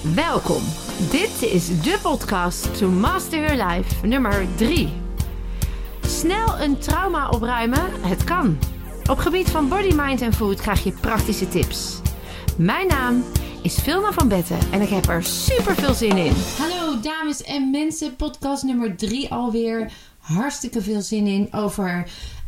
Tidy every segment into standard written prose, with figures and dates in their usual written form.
Welkom. Dit is de podcast To Master Your Life nummer 3. Snel een trauma opruimen? Het kan. Op gebied van body, mind en food krijg je praktische tips. Mijn naam is Vilna van Betten en ik heb er super veel zin in. Hallo dames en mensen, podcast nummer 3 alweer. Hartstikke veel zin in over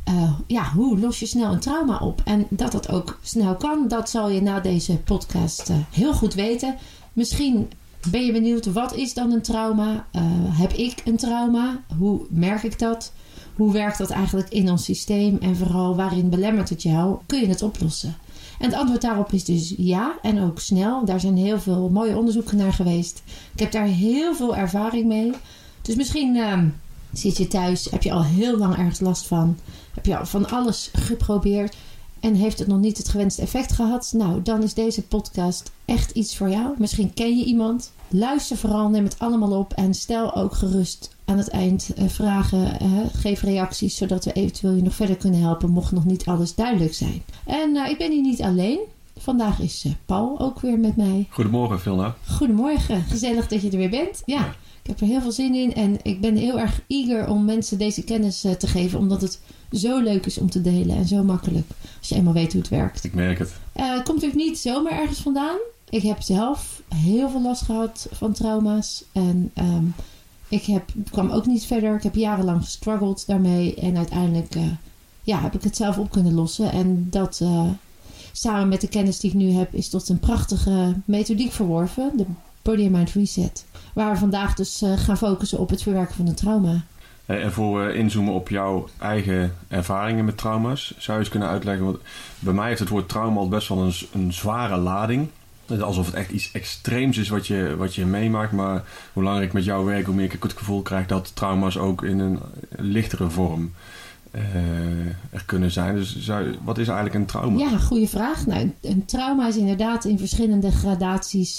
hoe los je snel een trauma op. En dat dat ook snel kan, dat zal je na deze podcast heel goed weten. Misschien ben je benieuwd, wat is dan een trauma? Heb ik een trauma? Hoe merk ik dat? Hoe werkt dat eigenlijk in ons systeem? En vooral, waarin belemmert het jou? Kun je het oplossen? En het antwoord daarop is dus ja, en ook snel. Daar zijn heel veel mooie onderzoeken naar geweest. Ik heb daar heel veel ervaring mee. Dus misschien zit je thuis, heb je al heel lang ergens last van. Heb je al van alles geprobeerd en heeft het nog niet het gewenste effect gehad? Nou, dan is deze podcast echt iets voor jou. Misschien ken je iemand. Luister vooral, neem het allemaal op en stel ook gerust aan het eind vragen. Geef reacties, zodat we eventueel je nog verder kunnen helpen, mocht nog niet alles duidelijk zijn. En ik ben hier niet alleen. Vandaag is Paul ook weer met mij. Goedemorgen, Vilna. Goedemorgen, gezellig dat je er weer bent. Ja. Ik heb er heel veel zin in en ik ben heel erg eager om mensen deze kennis te geven. Omdat het zo leuk is om te delen en zo makkelijk. Als je eenmaal weet hoe het werkt. Ik merk het. Het komt natuurlijk niet zomaar ergens vandaan. Ik heb zelf heel veel last gehad van trauma's. En ik kwam ook niet verder. Ik heb jarenlang gestruggeld daarmee. En uiteindelijk heb ik het zelf op kunnen lossen. En dat samen met de kennis die ik nu heb is tot een prachtige methodiek verworven. De Body and Mind Reset. Waar we vandaag dus gaan focussen op het verwerken van een trauma. En voor we inzoomen op jouw eigen ervaringen met trauma's, zou je eens kunnen uitleggen. Want bij mij heeft het woord trauma al best wel een zware lading. Alsof het echt iets extreems is wat je meemaakt. Maar hoe langer ik met jou werk, hoe meer ik het gevoel krijg dat trauma's ook in een lichtere vorm er kunnen zijn. Dus wat is eigenlijk een trauma? Ja, goede vraag. Nou, een trauma is inderdaad in verschillende gradaties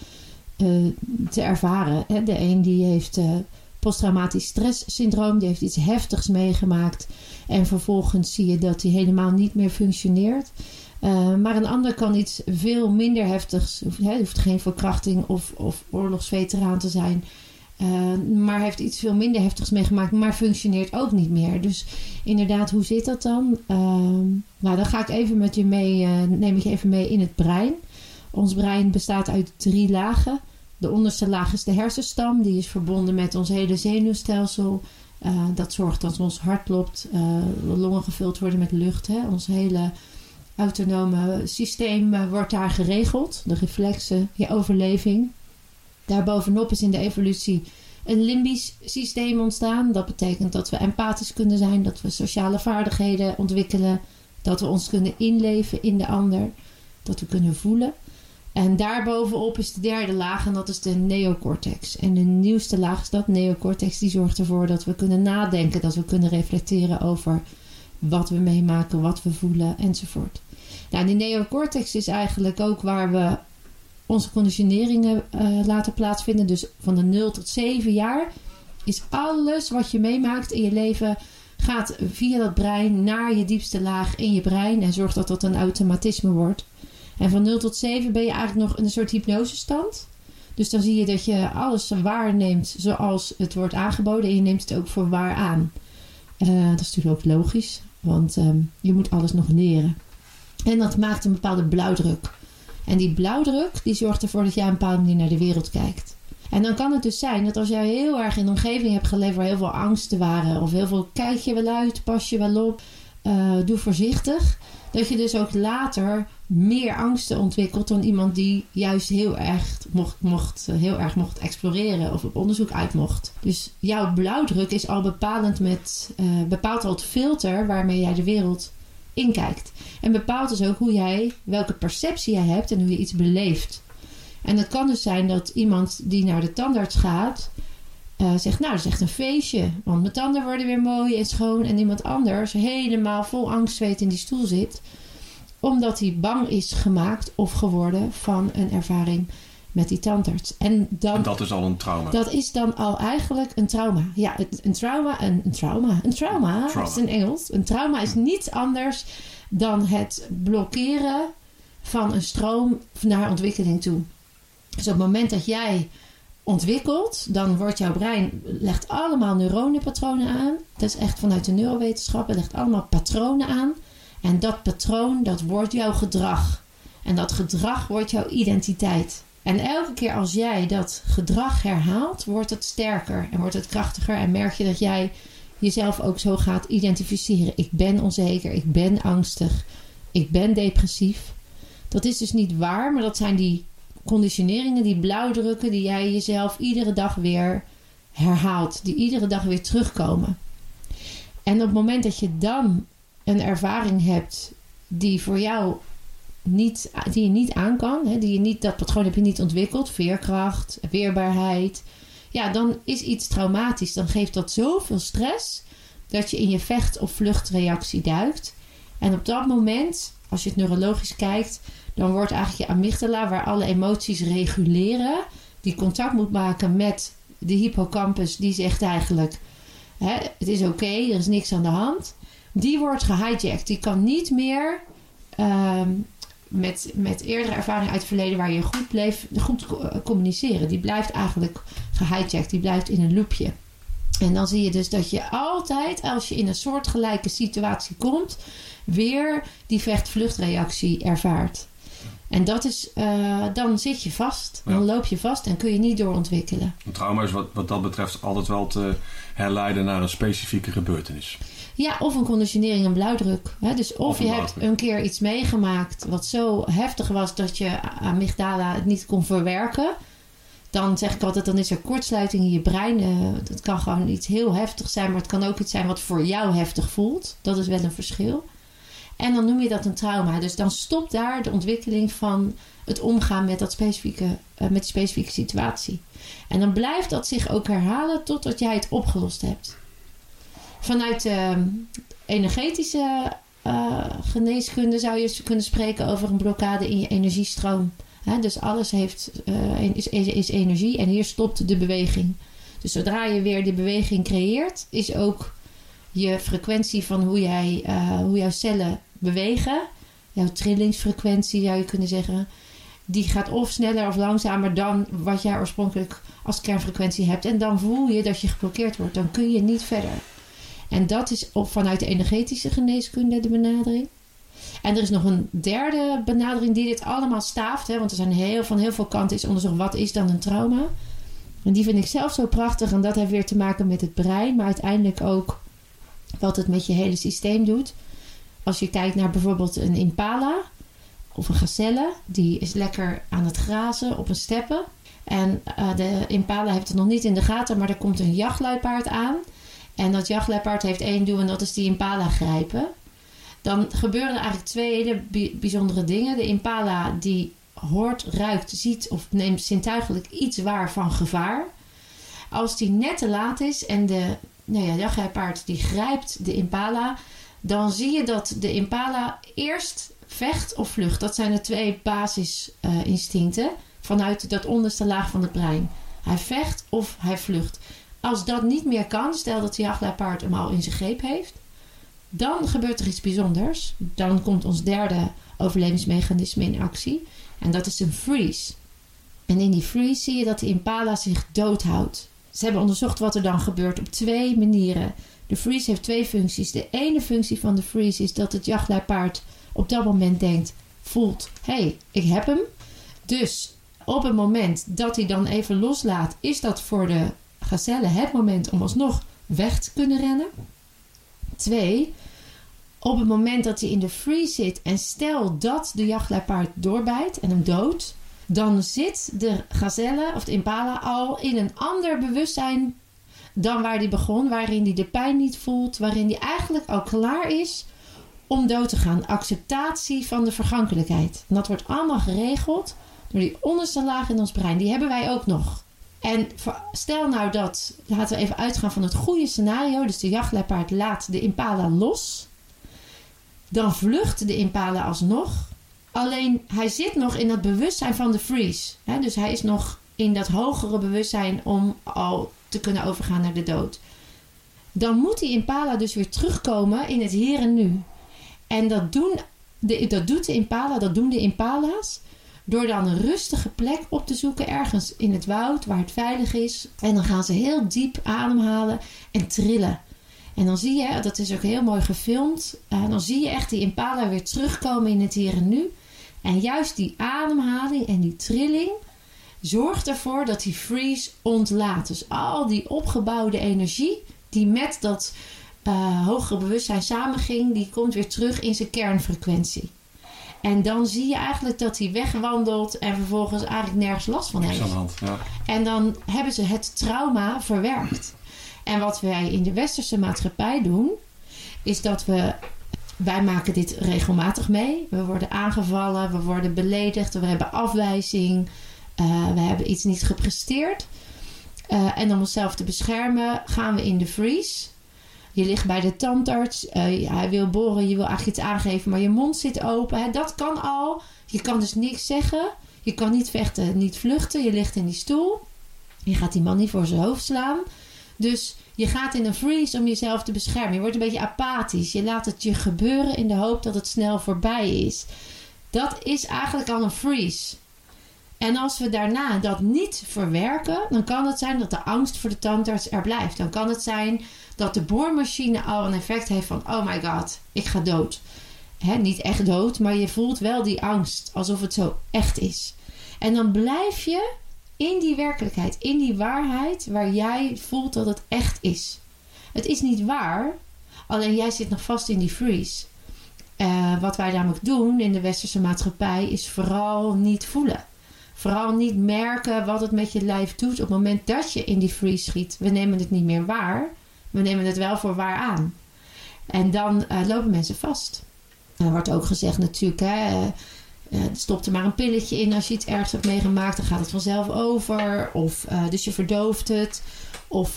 te ervaren. De een die heeft posttraumatisch stresssyndroom, die heeft iets heftigs meegemaakt en vervolgens zie je dat hij helemaal niet meer functioneert. Maar een ander kan iets veel minder heftigs, hoeft geen verkrachting of oorlogsveteraan te zijn, maar heeft iets veel minder heftigs meegemaakt, maar functioneert ook niet meer. Dus inderdaad, hoe zit dat dan? Dan ga ik even met je mee, neem ik je even mee in het brein. Ons brein bestaat uit 3 lagen. De onderste laag is de hersenstam. Die is verbonden met ons hele zenuwstelsel. Dat zorgt dat ons hart klopt. De longen gevuld worden met lucht. Ons hele autonome systeem wordt daar geregeld. De reflexen, je overleving. Daarbovenop is in de evolutie een limbisch systeem ontstaan. Dat betekent dat we empathisch kunnen zijn. Dat we sociale vaardigheden ontwikkelen. Dat we ons kunnen inleven in de ander. Dat we kunnen voelen. En daarbovenop is de 3e laag en dat is de neocortex. En de nieuwste laag is dat neocortex. Die zorgt ervoor dat we kunnen nadenken. Dat we kunnen reflecteren over wat we meemaken, wat we voelen enzovoort. Nou, die neocortex is eigenlijk ook waar we onze conditioneringen laten plaatsvinden. Dus van de 0 tot 7 jaar is alles wat je meemaakt in je leven gaat via dat brein naar je diepste laag in je brein. En zorgt dat dat een automatisme wordt. En van 0 tot 7 ben je eigenlijk nog in een soort hypnosestand. Dus dan zie je dat je alles waarneemt zoals het wordt aangeboden. En je neemt het ook voor waar aan. Dat is natuurlijk ook logisch. Want je moet alles nog leren. En dat maakt een bepaalde blauwdruk. En die blauwdruk die zorgt ervoor dat jij op een bepaalde manier naar de wereld kijkt. En dan kan het dus zijn dat als jij heel erg in een omgeving hebt geleefd waar heel veel angsten waren. Of heel veel kijk je wel uit, pas je wel op. Doe voorzichtig. Dat je dus ook later meer angsten ontwikkelt dan iemand die juist heel erg mocht exploreren of op onderzoek uit mocht. Dus jouw blauwdruk is al bepaalt al het filter waarmee jij de wereld inkijkt. En bepaalt dus ook welke perceptie jij hebt en hoe je iets beleeft. En het kan dus zijn dat iemand die naar de tandarts gaat zegt, nou, dat is echt een feestje. Want mijn tanden worden weer mooi en schoon. En iemand anders helemaal vol angstzweet in die stoel zit. Omdat hij bang is gemaakt of geworden van een ervaring met die tandarts. En dat is al een trauma. Dat is dan al eigenlijk een trauma. Ja, een trauma. Dat is in Engels. Een trauma is niets anders dan het blokkeren van een stroom naar ontwikkeling toe. Dus op het moment dat jij ontwikkelt, dan wordt jouw brein, legt allemaal neuronenpatronen aan. Dat is echt vanuit de neurowetenschappen, legt allemaal patronen aan. En dat patroon, dat wordt jouw gedrag. En dat gedrag wordt jouw identiteit. En elke keer als jij dat gedrag herhaalt, wordt het sterker en wordt het krachtiger. En merk je dat jij jezelf ook zo gaat identificeren. Ik ben onzeker, ik ben angstig, ik ben depressief. Dat is dus niet waar, maar dat zijn die conditioneringen, die blauwdrukken die jij jezelf iedere dag weer herhaalt. Die iedere dag weer terugkomen. En op het moment dat je dan een ervaring hebt die voor jou die je niet aan kan, hè, dat patroon heb je niet ontwikkeld, veerkracht, weerbaarheid, ja, dan is iets traumatisch. Dan geeft dat zoveel stress dat je in je vecht- of vluchtreactie duikt. En op dat moment, als je het neurologisch kijkt, dan wordt eigenlijk je amygdala, waar alle emoties reguleren, die contact moet maken met de hippocampus, die zegt eigenlijk, het is oké, er is niks aan de hand. Die wordt gehijacked. Die kan niet meer met eerdere ervaringen uit het verleden waar je goed communiceren. Die blijft eigenlijk gehijacked. Die blijft in een loopje. En dan zie je dus dat je altijd, als je in een soortgelijke situatie komt, weer die vecht-vluchtreactie ervaart. En dat is, dan zit je vast. Dan loop je vast en kun je niet doorontwikkelen. Een trauma is wat dat betreft altijd wel te herleiden naar een specifieke gebeurtenis. Ja, of een conditionering, een blauwdruk. Dus of je hebt een keer iets meegemaakt wat zo heftig was dat je amygdala het niet kon verwerken. Dan zeg ik altijd, dan is er kortsluiting in je brein. Dat kan gewoon iets heel heftigs zijn, maar het kan ook iets zijn wat voor jou heftig voelt. Dat is wel een verschil. En dan noem je dat een trauma. Dus dan stopt daar de ontwikkeling van het omgaan met met die specifieke situatie. En dan blijft dat zich ook herhalen totdat jij het opgelost hebt. Vanuit energetische geneeskunde zou je kunnen spreken over een blokkade in je energiestroom. Dus alles is energie en hier stopt de beweging. Dus zodra je weer de beweging creëert, is ook je frequentie van hoe jouw cellen bewegen, jouw trillingsfrequentie zou je kunnen zeggen, die gaat of sneller of langzamer dan wat jij oorspronkelijk als kernfrequentie hebt. En dan voel je dat je geblokkeerd wordt. Dan kun je niet verder. En dat is vanuit de energetische geneeskunde de benadering. En er is nog een derde benadering die dit allemaal staaft. Want er zijn van heel veel kanten is onderzocht wat is dan een trauma. En die vind ik zelf zo prachtig. En dat heeft weer te maken met het brein. Maar uiteindelijk ook wat het met je hele systeem doet. Als je kijkt naar bijvoorbeeld een impala of een gazelle. Die is lekker aan het grazen op een steppe. En de impala heeft het nog niet in de gaten. Maar er komt een jachtluipaard aan. En dat jachtluipaard heeft één doel en dat is die impala grijpen. Dan gebeuren er eigenlijk twee hele bijzondere dingen. De impala die hoort, ruikt, ziet of neemt zintuigelijk iets waar van gevaar. Als die net te laat is en de jachtluipaard die grijpt de impala, dan zie je dat de impala eerst vecht of vlucht. Dat zijn de twee basisinstincten vanuit dat onderste laag van het brein. Hij vecht of hij vlucht. Als dat niet meer kan, stel dat de jachtluipaard hem al in zijn greep heeft, dan gebeurt er iets bijzonders. Dan komt ons derde overlevingsmechanisme in actie. En dat is een freeze. En in die freeze zie je dat de impala zich doodhoudt. Ze hebben onderzocht wat er dan gebeurt op twee manieren. De freeze heeft twee functies. De ene functie van de freeze is dat het jachtluipaard op dat moment voelt, hé, ik heb hem. Dus op het moment dat hij dan even loslaat, is dat voor de gazelle het moment om alsnog weg te kunnen rennen. 2. Op het moment dat hij in de freeze zit en stel dat de jachtluipaard doorbijt en hem doodt, dan zit de gazelle of de impala al in een ander bewustzijn dan waar hij begon, waarin hij de pijn niet voelt, waarin hij eigenlijk al klaar is om dood te gaan. Acceptatie van de vergankelijkheid. En dat wordt allemaal geregeld door die onderste laag in ons brein. Die hebben wij ook nog. En stel nou dat, laten we even uitgaan van het goede scenario. Dus de jachtluipaard laat de impala los. Dan vlucht de impala alsnog. Alleen hij zit nog in dat bewustzijn van de freeze. Dus hij is nog in dat hogere bewustzijn om al te kunnen overgaan naar de dood. Dan moet die impala dus weer terugkomen in het hier en nu. En dat doet de impala, dat doen de impala's Door dan een rustige plek op te zoeken, ergens in het woud waar het veilig is. En dan gaan ze heel diep ademhalen en trillen. En dan zie je, dat is ook heel mooi gefilmd, dan zie je echt die impala weer terugkomen in het hier en nu. En juist die ademhaling en die trilling zorgt ervoor dat die freeze ontlaat. Dus al die opgebouwde energie die met dat hogere bewustzijn samenging, die komt weer terug in zijn kernfrequentie. En dan zie je eigenlijk dat hij wegwandelt en vervolgens eigenlijk nergens last van heeft. Ja. En dan hebben ze het trauma verwerkt. En wat wij in de westerse maatschappij doen, is dat wij maken dit regelmatig mee. We worden aangevallen, we worden beledigd, we hebben afwijzing, we hebben iets niet gepresteerd. En om onszelf te beschermen gaan we in de freeze. Je ligt bij de tandarts, hij wil boren, je wil eigenlijk iets aangeven, maar je mond zit open. Hè? Dat kan al. Je kan dus niks zeggen. Je kan niet vechten, niet vluchten. Je ligt in die stoel. Je gaat die man niet voor zijn hoofd slaan. Dus je gaat in een freeze om jezelf te beschermen. Je wordt een beetje apathisch. Je laat het je gebeuren in de hoop dat het snel voorbij is. Dat is eigenlijk al een freeze. En als we daarna dat niet verwerken, dan kan het zijn dat de angst voor de tandarts er blijft. Dan kan het zijn dat de boormachine al een effect heeft van, oh my god, ik ga dood. Niet echt dood, maar je voelt wel die angst, alsof het zo echt is. En dan blijf je in die werkelijkheid, in die waarheid waar jij voelt dat het echt is. Het is niet waar, alleen jij zit nog vast in die freeze. Wat wij namelijk doen in de westerse maatschappij is vooral niet voelen. Vooral niet merken wat het met je lijf doet op het moment dat je in die freeze schiet. We nemen het niet meer waar. We nemen het wel voor waar aan. En dan lopen mensen vast. Er wordt ook gezegd natuurlijk, stop er maar een pilletje in als je iets ergs hebt meegemaakt. Dan gaat het vanzelf over. Of dus je verdooft het. Of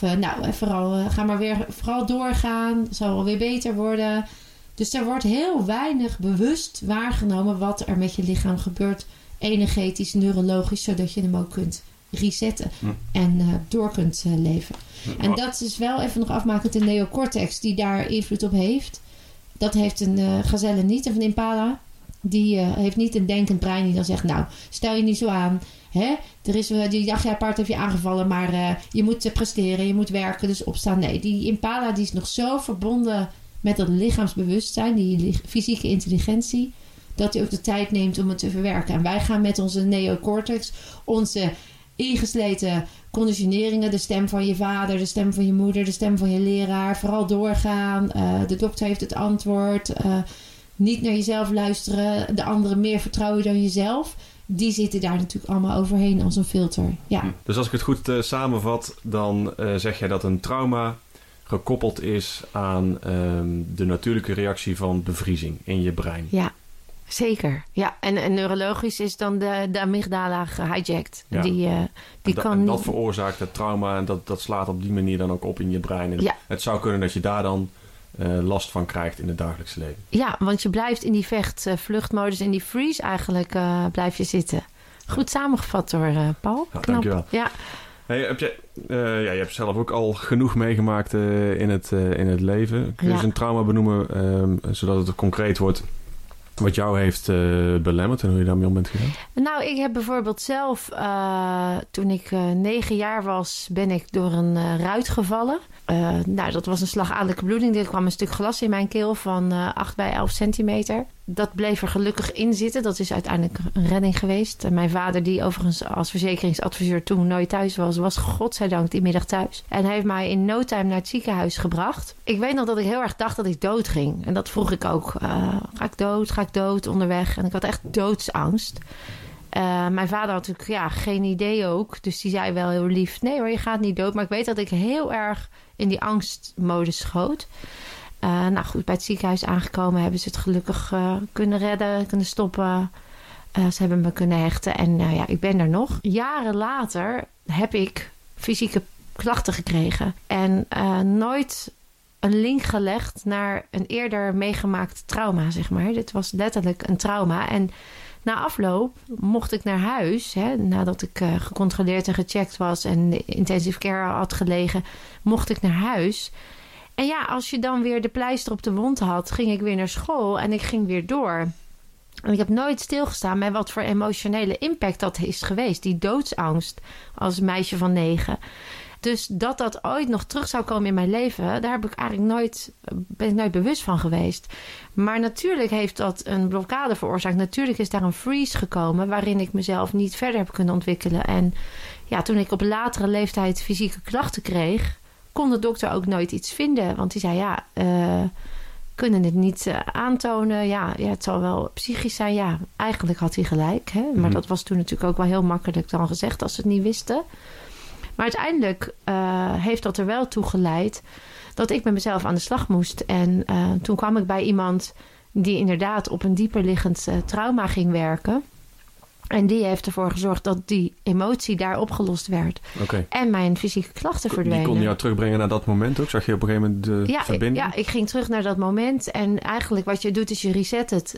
ga maar weer vooral doorgaan. Het zal wel weer beter worden. Dus er wordt heel weinig bewust waargenomen wat er met je lichaam gebeurt. Energetisch, neurologisch, zodat je hem ook kunt resetten en door kunt leven. En dat is wel even nog afmakend de neocortex die daar invloed op heeft. Dat heeft een gazelle niet, of een impala. Die heeft niet een denkend brein die dan zegt, nou, stel je niet zo aan. Hè? Die jachtpaard heeft je aangevallen, maar je moet presteren, je moet werken, dus opstaan. Nee, die impala die is nog zo verbonden met dat lichaamsbewustzijn, die fysieke intelligentie, dat hij ook de tijd neemt om het te verwerken. En wij gaan met onze neocortex, onze ingesleten conditioneringen, de stem van je vader, de stem van je moeder, de stem van je leraar, vooral doorgaan. De dokter heeft het antwoord. Niet naar jezelf luisteren. De anderen meer vertrouwen dan jezelf. Die zitten daar natuurlijk allemaal overheen als een filter. Ja. Dus als ik het goed samenvat, dan zeg jij dat een trauma gekoppeld is aan de natuurlijke reactie van bevriezing in je brein. Ja. Zeker, ja. En neurologisch is dan de amygdala gehijacked. Ja. En dat veroorzaakt het trauma en dat slaat op die manier dan ook op in je brein. En het zou kunnen dat je daar dan last van krijgt in het dagelijkse leven. Ja, want je blijft in die vluchtmodus, in die freeze eigenlijk blijf je zitten. Goed samengevat door Paul. Ja, dankjewel. Ja. Hey, je hebt zelf ook al genoeg meegemaakt in het leven. Kun je eens een trauma benoemen, zodat het concreet wordt, wat jou heeft belemmerd en hoe je daarmee om bent gegaan? Nou, ik heb bijvoorbeeld zelf, toen ik 9 jaar was, ben ik door een ruit gevallen. Dat was een slagadelijke bloeding. Er kwam een stuk glas in mijn keel van 8 bij 11 centimeter. Dat bleef er gelukkig in zitten. Dat is uiteindelijk een redding geweest. En mijn vader, die overigens als verzekeringsadviseur toen nooit thuis was godzijdank die middag thuis. En hij heeft mij in no time naar het ziekenhuis gebracht. Ik weet nog dat ik heel erg dacht dat ik dood ging. En dat vroeg ik ook. Ga ik dood onderweg? En ik had echt doodsangst. Mijn vader had natuurlijk geen idee ook. Dus die zei wel heel lief, nee hoor, je gaat niet dood. Maar ik weet dat ik heel erg in die angstmodus schoot. Goed, bij het ziekenhuis aangekomen hebben ze het gelukkig kunnen redden, kunnen stoppen. Ze hebben me kunnen hechten. En ik ben er nog. Jaren later heb ik fysieke klachten gekregen. En nooit een link gelegd naar een eerder meegemaakt trauma, zeg maar. Dit was letterlijk een trauma. En na afloop mocht ik naar huis, nadat ik gecontroleerd en gecheckt was en de intensive care had gelegen, mocht ik naar huis. En als je dan weer de pleister op de wond had, ging ik weer naar school en ik ging weer door. En ik heb nooit stilgestaan met wat voor emotionele impact dat is geweest. Die doodsangst als meisje van 9. Dus dat ooit nog terug zou komen in mijn leven, daar ben ik nooit bewust van geweest. Maar natuurlijk heeft dat een blokkade veroorzaakt. Natuurlijk is daar een freeze gekomen waarin ik mezelf niet verder heb kunnen ontwikkelen. En ja, toen ik op latere leeftijd fysieke klachten kreeg, kon de dokter ook nooit iets vinden. Want die zei, kunnen het niet aantonen. Ja, het zal wel psychisch zijn. Ja, eigenlijk had hij gelijk. Hè? Maar dat was toen natuurlijk ook wel heel makkelijk dan gezegd als ze het niet wisten. Maar uiteindelijk heeft dat er wel toe geleid dat ik met mezelf aan de slag moest. En toen kwam ik bij iemand die inderdaad op een dieperliggend trauma ging werken. En die heeft ervoor gezorgd dat die emotie daar opgelost werd. Okay. En mijn fysieke klachten verdwenen. Die kon jou terugbrengen naar dat moment ook? Zag je op een gegeven moment de verbinding? Ik ging terug naar dat moment. En eigenlijk wat je doet is je reset het.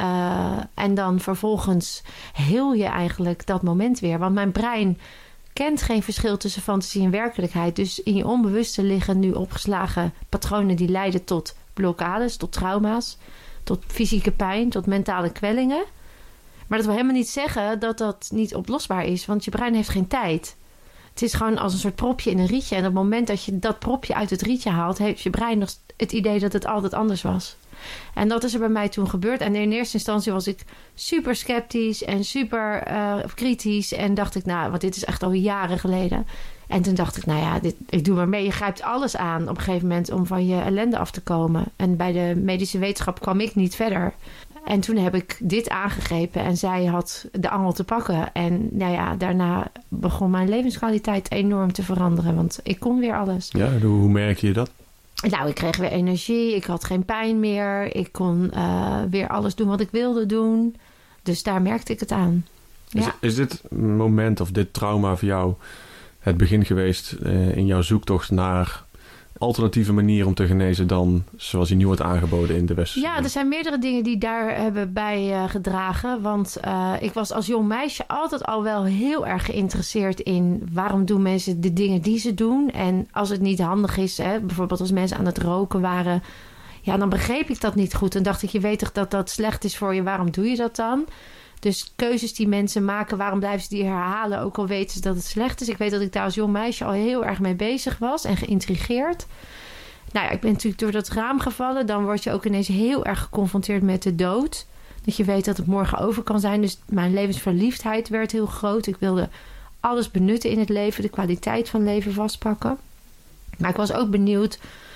En dan vervolgens heel je eigenlijk dat moment weer. Want mijn brein kent geen verschil tussen fantasie en werkelijkheid. Dus in je onbewuste liggen nu opgeslagen patronen die leiden tot blokkades, tot trauma's, tot fysieke pijn, tot mentale kwellingen. Maar dat wil helemaal niet zeggen dat dat niet oplosbaar is, want je brein heeft geen tijd. Het is gewoon als een soort propje in een rietje. En op het moment dat je dat propje uit het rietje haalt, heeft je brein nog het idee dat het altijd anders was. En dat is er bij mij toen gebeurd. En in eerste instantie was ik super sceptisch en super kritisch. En dacht ik, want dit is echt al jaren geleden. En toen dacht ik, ik doe maar mee. Je grijpt alles aan op een gegeven moment om van je ellende af te komen. En bij de medische wetenschap kwam ik niet verder. En toen heb ik dit aangegrepen en zij had de angel te pakken. En daarna begon mijn levenskwaliteit enorm te veranderen. Want ik kon weer alles. Ja, hoe merk je dat? Nou, ik kreeg weer energie. Ik had geen pijn meer. Ik kon weer alles doen wat ik wilde doen. Dus daar merkte ik het aan. Ja. Is dit moment of dit trauma voor jou het begin geweest in jouw zoektocht naar alternatieve manier om te genezen dan zoals die nu wordt aangeboden in de westerse? Ja, er zijn meerdere dingen die daar hebben bij gedragen. Want ik was als jong meisje altijd al wel heel erg geïnteresseerd in waarom doen mensen de dingen die ze doen. En als het niet handig is, bijvoorbeeld als mensen aan het roken waren, dan begreep ik dat niet goed. En dacht ik, je weet toch dat dat slecht is voor je, waarom doe je dat dan? Dus keuzes die mensen maken, waarom blijven ze die herhalen, ook al weten ze dat het slecht is. Ik weet dat ik daar als jong meisje al heel erg mee bezig was en geïntrigeerd. Ik ben natuurlijk door dat raam gevallen. Dan word je ook ineens heel erg geconfronteerd met de dood. Dat je weet dat het morgen over kan zijn. Dus mijn levensverliefdheid werd heel groot. Ik wilde alles benutten in het leven, de kwaliteit van leven vastpakken. Maar ik was ook benieuwd.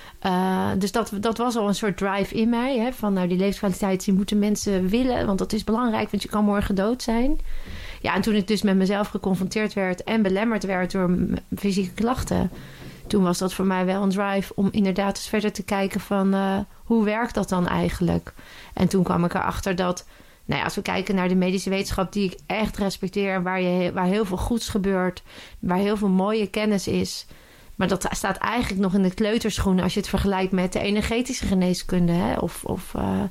Dus dat was al een soort drive in mij. Hè, van die levenskwaliteit, die moeten mensen willen. Want dat is belangrijk, want je kan morgen dood zijn. Ja, en toen ik dus met mezelf geconfronteerd werd en belemmerd werd door fysieke klachten, toen was dat voor mij wel een drive om inderdaad eens verder te kijken van hoe werkt dat dan eigenlijk? En toen kwam ik erachter dat, als we kijken naar de medische wetenschap die ik echt respecteer, waar heel veel goeds gebeurt, waar heel veel mooie kennis is. Maar dat staat eigenlijk nog in de kleuterschoenen als je het vergelijkt met de energetische geneeskunde. Hè? Of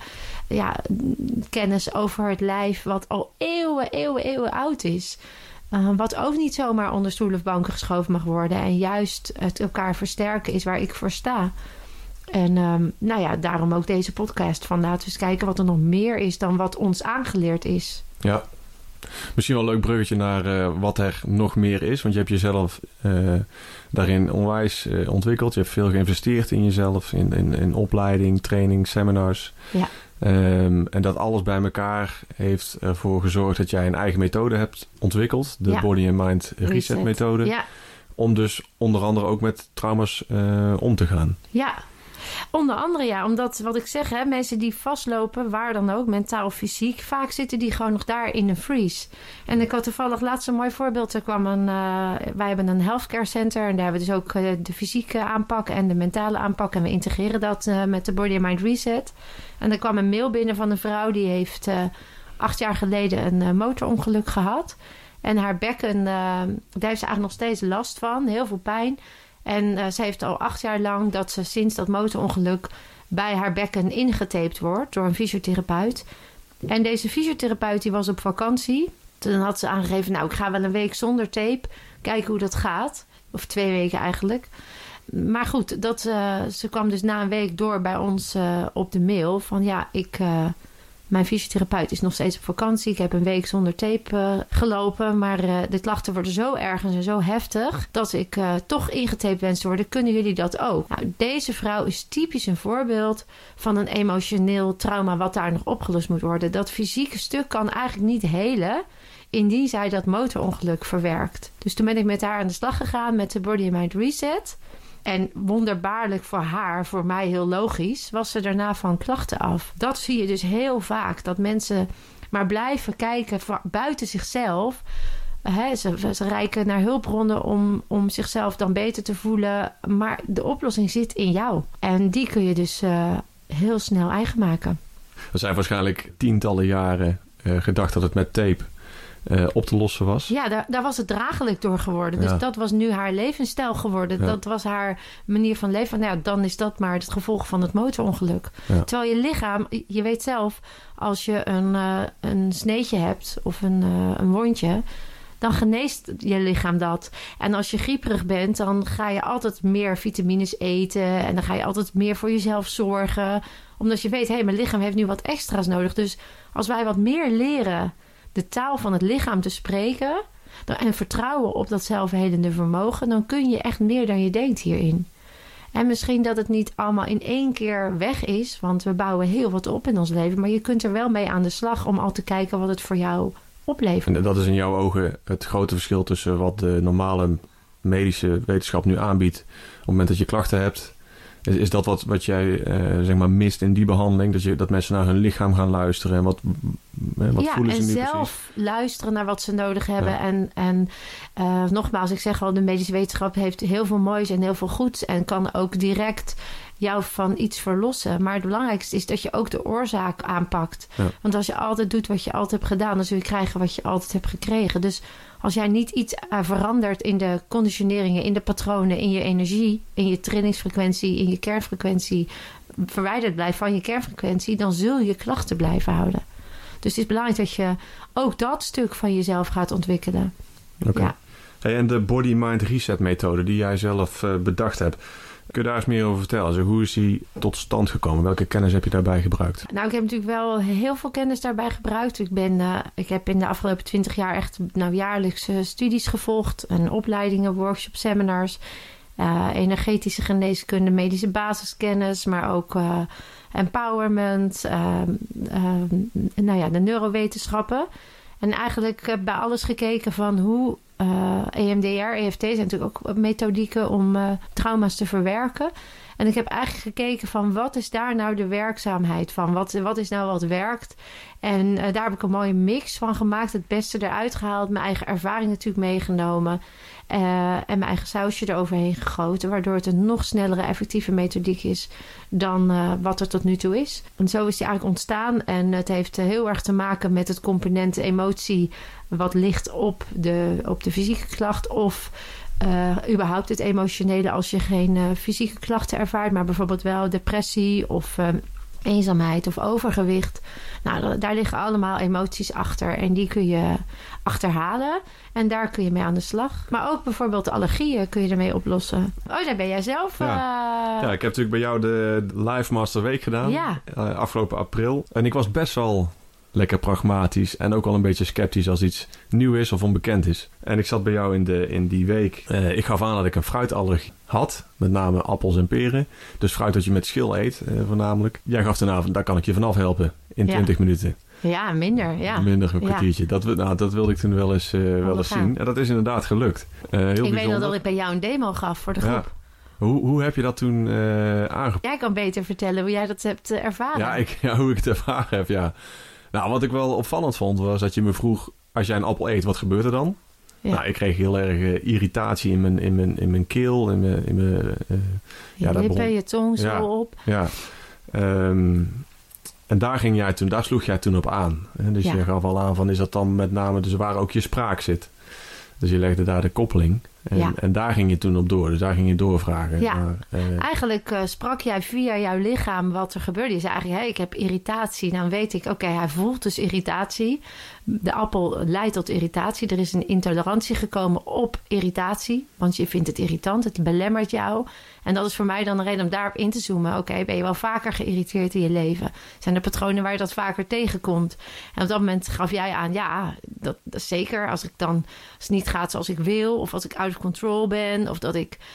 kennis over het lijf wat al eeuwen oud is. Wat ook niet zomaar onder stoelen of banken geschoven mag worden. En juist het elkaar versterken is waar ik voor sta. En daarom ook deze podcast. Van laten we eens kijken wat er nog meer is dan wat ons aangeleerd is. Ja. Misschien wel een leuk bruggetje naar wat er nog meer is. Want je hebt jezelf daarin onwijs ontwikkeld. Je hebt veel geïnvesteerd in jezelf. In opleiding, training, seminars. Ja. En dat alles bij elkaar heeft ervoor gezorgd dat jij een eigen methode hebt ontwikkeld. De Body and Mind Reset methode. Ja. Om dus onder andere ook met trauma's om te gaan. Ja. Onder andere omdat wat ik zeg, mensen die vastlopen, waar dan ook, mentaal of fysiek, vaak zitten die gewoon nog daar in een freeze. En ik had toevallig laatst een mooi voorbeeld. Wij hebben een healthcare center en daar hebben we dus ook de fysieke aanpak en de mentale aanpak. En we integreren dat met de Body and Mind Reset. En er kwam een mail binnen van een vrouw die heeft 8 jaar geleden een motorongeluk gehad. En haar bekken, daar heeft ze eigenlijk nog steeds last van, heel veel pijn. En ze heeft al 8 jaar lang dat ze sinds dat motorongeluk bij haar bekken ingetaped wordt door een fysiotherapeut. En deze fysiotherapeut die was op vakantie. Toen had ze aangegeven, ik ga wel een week zonder tape. Kijken hoe dat gaat. Of 2 weken eigenlijk. Maar goed, ze kwam dus na een week door bij ons op de mail. Van Mijn fysiotherapeut is nog steeds op vakantie. Ik heb een week zonder tape gelopen. Maar de klachten worden zo erg en zo heftig dat ik toch ingetaped wens te worden. Kunnen jullie dat ook? Nou, deze vrouw is typisch een voorbeeld van een emotioneel trauma wat daar nog opgelost moet worden. Dat fysieke stuk kan eigenlijk niet helen indien zij dat motorongeluk verwerkt. Dus toen ben ik met haar aan de slag gegaan met de Body and Mind Reset. En wonderbaarlijk voor haar, voor mij heel logisch, was ze daarna van klachten af. Dat zie je dus heel vaak, dat mensen maar blijven kijken buiten zichzelf. Ze reiken naar hulpbronnen om zichzelf dan beter te voelen. Maar de oplossing zit in jou. En die kun je dus heel snel eigen maken. Er zijn waarschijnlijk tientallen jaren gedacht dat het met tape op te lossen was. Ja, daar was het draaglijk door geworden. Dus dat was nu haar levensstijl geworden. Ja. Dat was haar manier van leven. Nou ja, dan is dat maar het gevolg van het motorongeluk. Ja. Terwijl je lichaam, je weet zelf, als je een sneetje hebt of een wondje, dan geneest je lichaam dat. En als je grieperig bent, dan ga je altijd meer vitamines eten en dan ga je altijd meer voor jezelf zorgen. Omdat je weet, mijn lichaam heeft nu wat extra's nodig. Dus als wij wat meer leren de taal van het lichaam te spreken en vertrouwen op dat zelfhelende vermogen, dan kun je echt meer dan je denkt hierin. En misschien dat het niet allemaal in één keer weg is, want we bouwen heel wat op in ons leven, maar je kunt er wel mee aan de slag om al te kijken wat het voor jou oplevert. En dat is in jouw ogen het grote verschil tussen wat de normale medische wetenschap nu aanbiedt op het moment dat je klachten hebt. Is dat wat jij zeg maar mist in die behandeling? Dat mensen naar hun lichaam gaan luisteren en wat voelen ze nu precies? Ja, en zelf luisteren naar wat ze nodig hebben. Ja. En nogmaals, ik zeg al, de medische wetenschap heeft heel veel moois en heel veel goeds en kan ook direct jou van iets verlossen. Maar het belangrijkste is dat je ook de oorzaak aanpakt. Ja. Want als je altijd doet wat je altijd hebt gedaan, dan zul je krijgen wat je altijd hebt gekregen. Dus als jij niet iets verandert in de conditioneringen, in de patronen, in je energie, in je trainingsfrequentie, in je kernfrequentie, verwijderd blijft van je kernfrequentie, dan zul je klachten blijven houden. Dus het is belangrijk dat je ook dat stuk van jezelf gaat ontwikkelen. Okay. Ja. Hey, en de Body-Mind Reset methode die jij zelf bedacht hebt, kun je daar eens meer over vertellen? Dus hoe is die tot stand gekomen? Welke kennis heb je daarbij gebruikt? Nou, ik heb natuurlijk wel heel veel kennis daarbij gebruikt. Ik heb in de afgelopen 20 jaar echt jaarlijks studies gevolgd. En opleidingen, workshops, seminars. Energetische geneeskunde, medische basiskennis. Maar ook empowerment. De neurowetenschappen. En eigenlijk bij alles gekeken van hoe EMDR, EFT zijn natuurlijk ook methodieken om trauma's te verwerken. En ik heb eigenlijk gekeken van wat is daar nou de werkzaamheid van? Wat is nou wat werkt? En daar heb ik een mooie mix van gemaakt. Het beste eruit gehaald. Mijn eigen ervaring natuurlijk meegenomen. En mijn eigen sausje eroverheen gegoten. Waardoor het een nog snellere, effectieve methodiek is dan wat er tot nu toe is. En zo is die eigenlijk ontstaan. En het heeft heel erg te maken met het component emotie wat ligt op de fysieke klacht of überhaupt het emotionele als je geen fysieke klachten ervaart, maar bijvoorbeeld wel depressie of eenzaamheid of overgewicht. Nou, daar liggen allemaal emoties achter en die kun je achterhalen en daar kun je mee aan de slag. Maar ook bijvoorbeeld allergieën kun je ermee oplossen. Oh, daar ben jij zelf. Ja, ik heb natuurlijk bij jou de Live Master Week gedaan afgelopen april. En ik was best wel lekker pragmatisch en ook al een beetje sceptisch als iets nieuw is of onbekend is. En ik zat bij jou in die week. Ik gaf aan dat ik een fruitallergie had, met name appels en peren. Dus fruit dat je met schil eet, voornamelijk. Jij gaf daarna, daar kan ik je vanaf helpen in 20 minuten. Ja, minder. Ja. Minder een kwartiertje. Dat wilde ik toen wel eens zien. En dat is inderdaad gelukt. Heel bijzonder. Ik weet wel dat ik bij jou een demo gaf voor de groep. Hoe heb je dat toen aangepakt? Jij kan beter vertellen hoe jij dat hebt ervaren. Hoe ik het ervaren heb, ja. Nou, wat ik wel opvallend vond was dat je me vroeg, als jij een appel eet, wat gebeurt er dan? Ja. Nou, ik kreeg heel erg irritatie in mijn keel. Je lippen, je tong zo op. Ja. En daar sloeg jij toen op aan. Dus je gaf al aan van, is dat dan met name dus waar ook je spraak zit? Dus je legde daar de koppeling. En daar ging je toen op door. Dus daar ging je doorvragen. Ja. Maar, eigenlijk sprak jij via jouw lichaam wat er gebeurde. Je zei eigenlijk, ik heb irritatie. Dan weet ik, hij voelt dus irritatie. De appel leidt tot irritatie. Er is een intolerantie gekomen op irritatie. Want je vindt het irritant. Het belemmert jou. En dat is voor mij dan een reden om daarop in te zoomen. Oké, ben je wel vaker geïrriteerd in je leven? Zijn er patronen waar je dat vaker tegenkomt? En op dat moment gaf jij aan, ja, dat is zeker. Als het niet gaat zoals ik wil, of als ik out of control ben, of dat ik,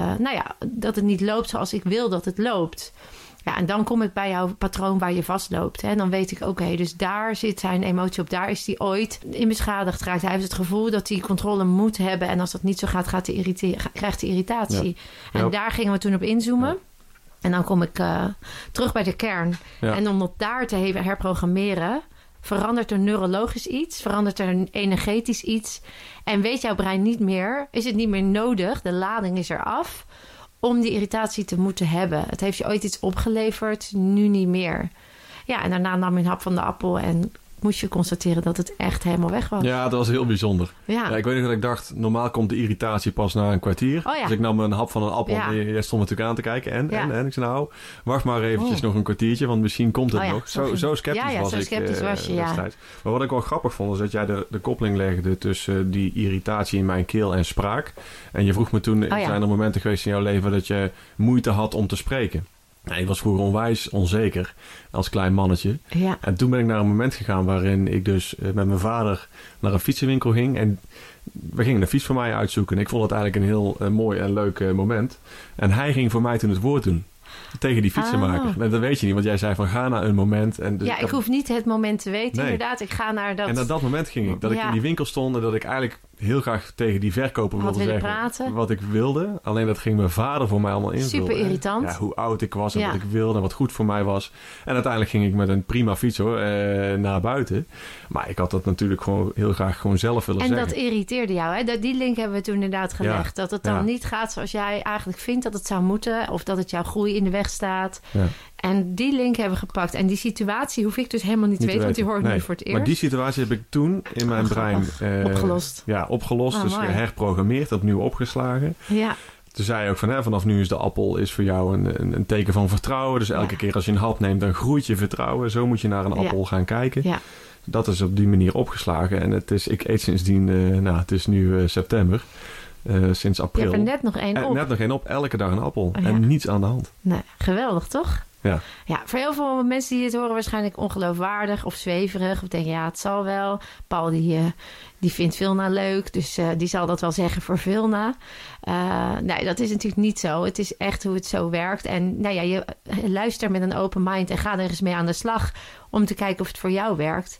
dat het niet loopt zoals ik wil dat het loopt. Ja, en dan kom ik bij jouw patroon waar je vastloopt. Hè. Dan weet ik, oké, dus daar zit zijn emotie op. Daar is hij ooit in beschadigd geraakt. Hij heeft het gevoel dat hij controle moet hebben. En als dat niet zo gaat, krijgt hij irritatie. Ja. En daar gingen we toen op inzoomen. Ja. En dan kom ik terug bij de kern. Ja. En om dat daar te herprogrammeren, verandert er neurologisch iets, verandert er energetisch iets. En weet jouw brein niet meer, is het niet meer nodig, de lading is er af, om die irritatie te moeten hebben. Het heeft je ooit iets opgeleverd, nu niet meer. Ja, en daarna nam je een hap van de appel en moest je constateren dat het echt helemaal weg was. Ja, dat was heel bijzonder. Ja. Ja, ik weet nog dat ik dacht, normaal komt de irritatie pas na een kwartier. Oh, ja. Dus ik nam een hap van een appel en jij stond natuurlijk aan te kijken. En ik zei nou, wacht maar eventjes nog een kwartiertje, want misschien komt het nog. Zo sceptisch was ik destijds. Maar wat ik wel grappig vond, is dat jij de koppeling legde tussen die irritatie in mijn keel en spraak. En je vroeg me toen, zijn er momenten geweest in jouw leven dat je moeite had om te spreken? Nee, ik was vroeger onwijs onzeker als klein mannetje. Ja. En toen ben ik naar een moment gegaan waarin ik dus met mijn vader naar een fietsenwinkel ging. En we gingen een fiets voor mij uitzoeken. En ik vond het eigenlijk een heel mooi en leuk moment. En hij ging voor mij toen het woord doen. Tegen die fietsenmaker. Dat weet je niet, want jij zei van ga naar een moment. En dus ik hoef niet het moment te weten, inderdaad. Ik ga naar dat... En naar dat moment ging ik. Dat ik in die winkel stond en dat ik eigenlijk heel graag tegen die verkoper wilde zeggen praten. Wat ik wilde. Alleen dat ging mijn vader voor mij allemaal invullen. Super irritant. Ja, hoe oud ik was en wat ik wilde en wat goed voor mij was. En uiteindelijk ging ik met een prima fiets naar buiten. Maar ik had dat natuurlijk gewoon heel graag gewoon zelf willen zeggen. En dat irriteerde jou, hè? Die link hebben we toen inderdaad gelegd. Ja. Dat het dan niet gaat zoals jij eigenlijk vindt dat het zou moeten. Of dat het jouw groei in de weg staat. Ja. En die link hebben we gepakt. En die situatie hoef ik dus helemaal niet te weten, want die hoor ik nu voor het eerst. Maar die situatie heb ik toen in mijn brein opgelost. Ja, opgelost. Dus herprogrammeerd, opnieuw opgeslagen. Ja. Toen zei je ook van vanaf nu is de appel voor jou een teken van vertrouwen. Dus elke keer als je een hap neemt, dan groeit je vertrouwen. Zo moet je naar een appel gaan kijken. Ja. Dat is op die manier opgeslagen. En ik eet sindsdien, het is nu september. Sinds april. Je hebt er net nog één op. Net nog één op. Elke dag een appel. Ja. En niets aan de hand. Nee, geweldig toch? Ja. Ja, voor heel veel mensen die het horen waarschijnlijk ongeloofwaardig of zweverig. Of denken, ja, het zal wel. Paul die vindt Vilna leuk, dus die zal dat wel zeggen voor Vilna. Nee, dat is natuurlijk niet zo. Het is echt hoe het zo werkt. En je luistert met een open mind en ga er eens mee aan de slag om te kijken of het voor jou werkt.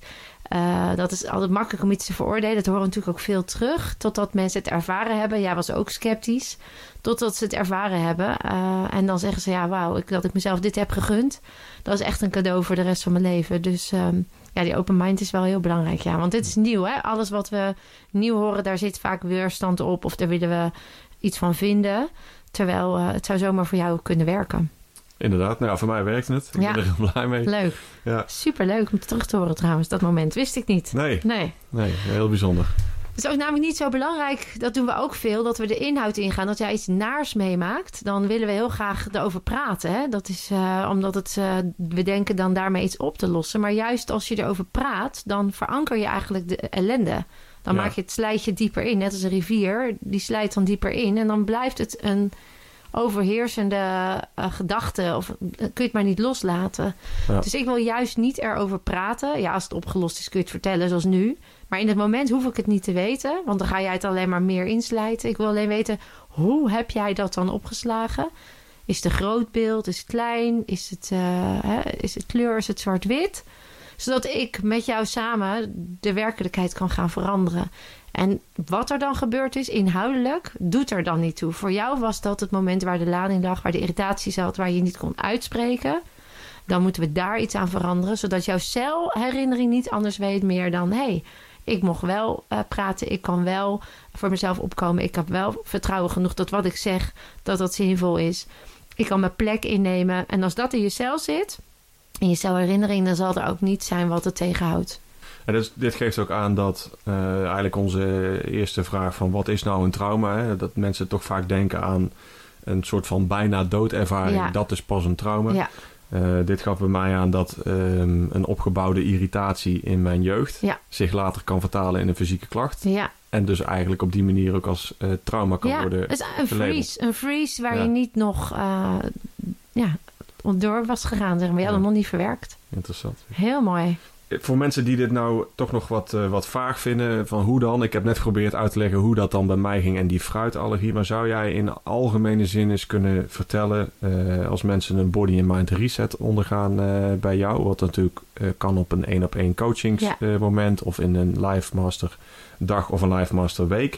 Dat is altijd makkelijk om iets te veroordelen. Dat horen we natuurlijk ook veel terug. Totdat mensen het ervaren hebben. Jij was ook sceptisch. Totdat ze het ervaren hebben. En dan zeggen ze, wauw, dat ik mezelf dit heb gegund. Dat is echt een cadeau voor de rest van mijn leven. Dus die open mind is wel heel belangrijk. Ja, want dit is nieuw, hè. Alles wat we nieuw horen, daar zit vaak weerstand op. Of daar willen we iets van vinden. Terwijl het zou zomaar voor jou kunnen werken. Inderdaad. Nou, voor mij werkt het. Ik ben er heel blij mee. Leuk. Ja. Superleuk om terug te horen trouwens. Dat moment wist ik niet. Nee, heel bijzonder. Het is ook namelijk niet zo belangrijk, dat doen we ook veel, dat we de inhoud ingaan. Dat jij iets naars meemaakt, dan willen we heel graag erover praten. Hè? Dat is omdat we denken dan daarmee iets op te lossen. Maar juist als je erover praat, dan veranker je eigenlijk de ellende. Dan maak je het slijtje dieper in, net als een rivier. Die slijt dan dieper in en dan blijft het een overheersende gedachte. Of kun je het maar niet loslaten. Ja. Dus ik wil juist niet erover praten. Ja, als het opgelost is kun je het vertellen zoals nu. Maar in het moment hoef ik het niet te weten. Want dan ga jij het alleen maar meer inslijten. Ik wil alleen weten, hoe heb jij dat dan opgeslagen? Is het een groot beeld? Is het klein? Is het kleur? Is het zwart-wit? Zodat ik met jou samen de werkelijkheid kan gaan veranderen. En wat er dan gebeurd is, inhoudelijk, doet er dan niet toe. Voor jou was dat het moment waar de lading lag, waar de irritatie zat, waar je niet kon uitspreken. Dan moeten we daar iets aan veranderen, zodat jouw celherinnering niet anders weet meer dan, ik mocht wel praten, ik kan wel voor mezelf opkomen. Ik heb wel vertrouwen genoeg dat wat ik zeg, dat zinvol is. Ik kan mijn plek innemen. En als dat in je cel zit, in je celherinnering, dan zal er ook niets zijn wat het tegenhoudt. En dus, dit geeft ook aan dat eigenlijk onze eerste vraag van wat is nou een trauma? Hè? Dat mensen toch vaak denken aan een soort van bijna doodervaring. Ja. Dat is pas een trauma. Ja. Dit gaf bij mij aan dat een opgebouwde irritatie in mijn jeugd zich later kan vertalen in een fysieke klacht. Ja. En dus eigenlijk op die manier ook als trauma kan worden dus een freeze waar je niet nog door was gegaan. Zeg maar. Je had hem nog niet verwerkt. Interessant. Heel mooi. Voor mensen die dit nou toch nog wat vaag vinden, van hoe dan? Ik heb net geprobeerd uit te leggen hoe dat dan bij mij ging en die fruitallergie. Maar zou jij in algemene zin eens kunnen vertellen, als mensen een body and mind reset ondergaan bij jou, wat natuurlijk kan op een 1-op-1 coachingsmoment of in een live master dag of een live master week.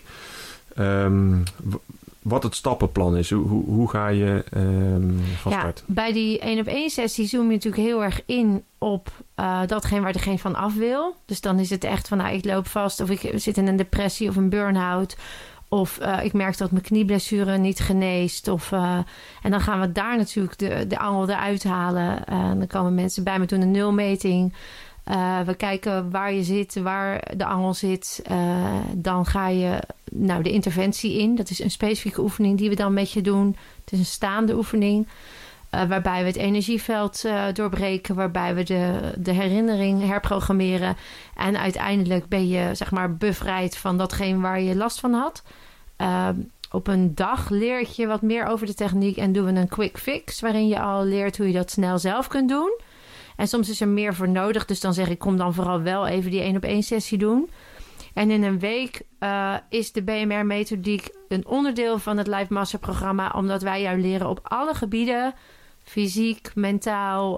Wat het stappenplan is. Hoe ga je van start? Bij die 1-op-1 sessie zoom je natuurlijk heel erg in op datgene waar degene van af wil. Dus dan is het echt van, ik loop vast of ik zit in een depressie of een burn-out. Of ik merk dat mijn knieblessure niet geneest. En dan gaan we daar natuurlijk de angel eruit halen. Dan komen mensen bij me doen een nulmeting. We kijken waar je zit, waar de angel zit. Dan ga je de interventie in. Dat is een specifieke oefening die we dan met je doen. Het is een staande oefening. Waarbij we het energieveld doorbreken. Waarbij we de herinnering herprogrammeren. En uiteindelijk ben je bevrijd van datgene waar je last van had. Op een dag leer ik je wat meer over de techniek. En doen we een quick fix. Waarin je al leert hoe je dat snel zelf kunt doen. En soms is er meer voor nodig. Dus dan zeg ik, kom dan vooral wel even die 1-op-1 sessie doen. En in een week is de BMR-methodiek een onderdeel van het Live Master programma. Omdat wij jou leren op alle gebieden. Fysiek, mentaal,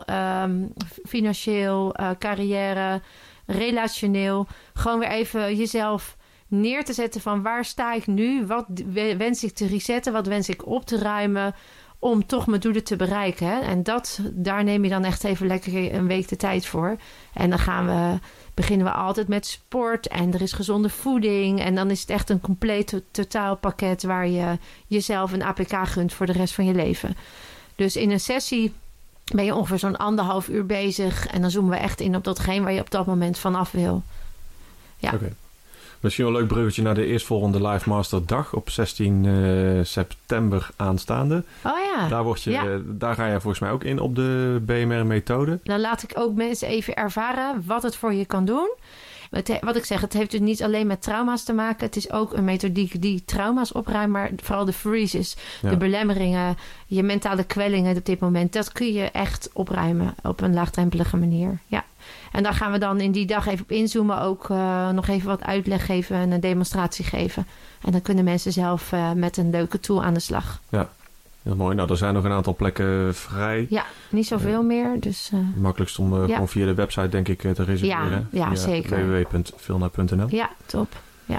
financieel, carrière, relationeel. Gewoon weer even jezelf neer te zetten van waar sta ik nu? Wat wens ik te resetten? Wat wens ik op te ruimen? Om toch mijn doelen te bereiken. Hè? En daar neem je dan echt even lekker een week de tijd voor. En dan beginnen we altijd met sport. En er is gezonde voeding. En dan is het echt een compleet totaalpakket waar je jezelf een APK gunt voor de rest van je leven. Dus in een sessie ben je ongeveer zo'n 1,5 uur bezig. En dan zoomen we echt in op datgene waar je op dat moment vanaf wil. Ja. Okay. Misschien wel een leuk bruggetje naar de eerstvolgende Live Master dag op 16 september aanstaande. Oh ja. Daar ga je volgens mij ook in op de BMR-methode. Dan laat ik ook mensen even ervaren wat het voor je kan doen. Wat ik zeg, het heeft dus niet alleen met trauma's te maken. Het is ook een methodiek die trauma's opruimt, maar vooral de freezes, de belemmeringen, je mentale kwellingen op dit moment. Dat kun je echt opruimen op een laagdrempelige manier. Ja. En daar gaan we dan in die dag even op inzoomen. Ook nog even wat uitleg geven en een demonstratie geven. En dan kunnen mensen zelf met een leuke tool aan de slag. Ja, heel mooi. Nou, er zijn nog een aantal plekken vrij. Ja, niet zoveel meer. Dus, makkelijkst om gewoon via de website denk ik te reserveren. Ja, zeker. www.vilna.nl. Ja, top.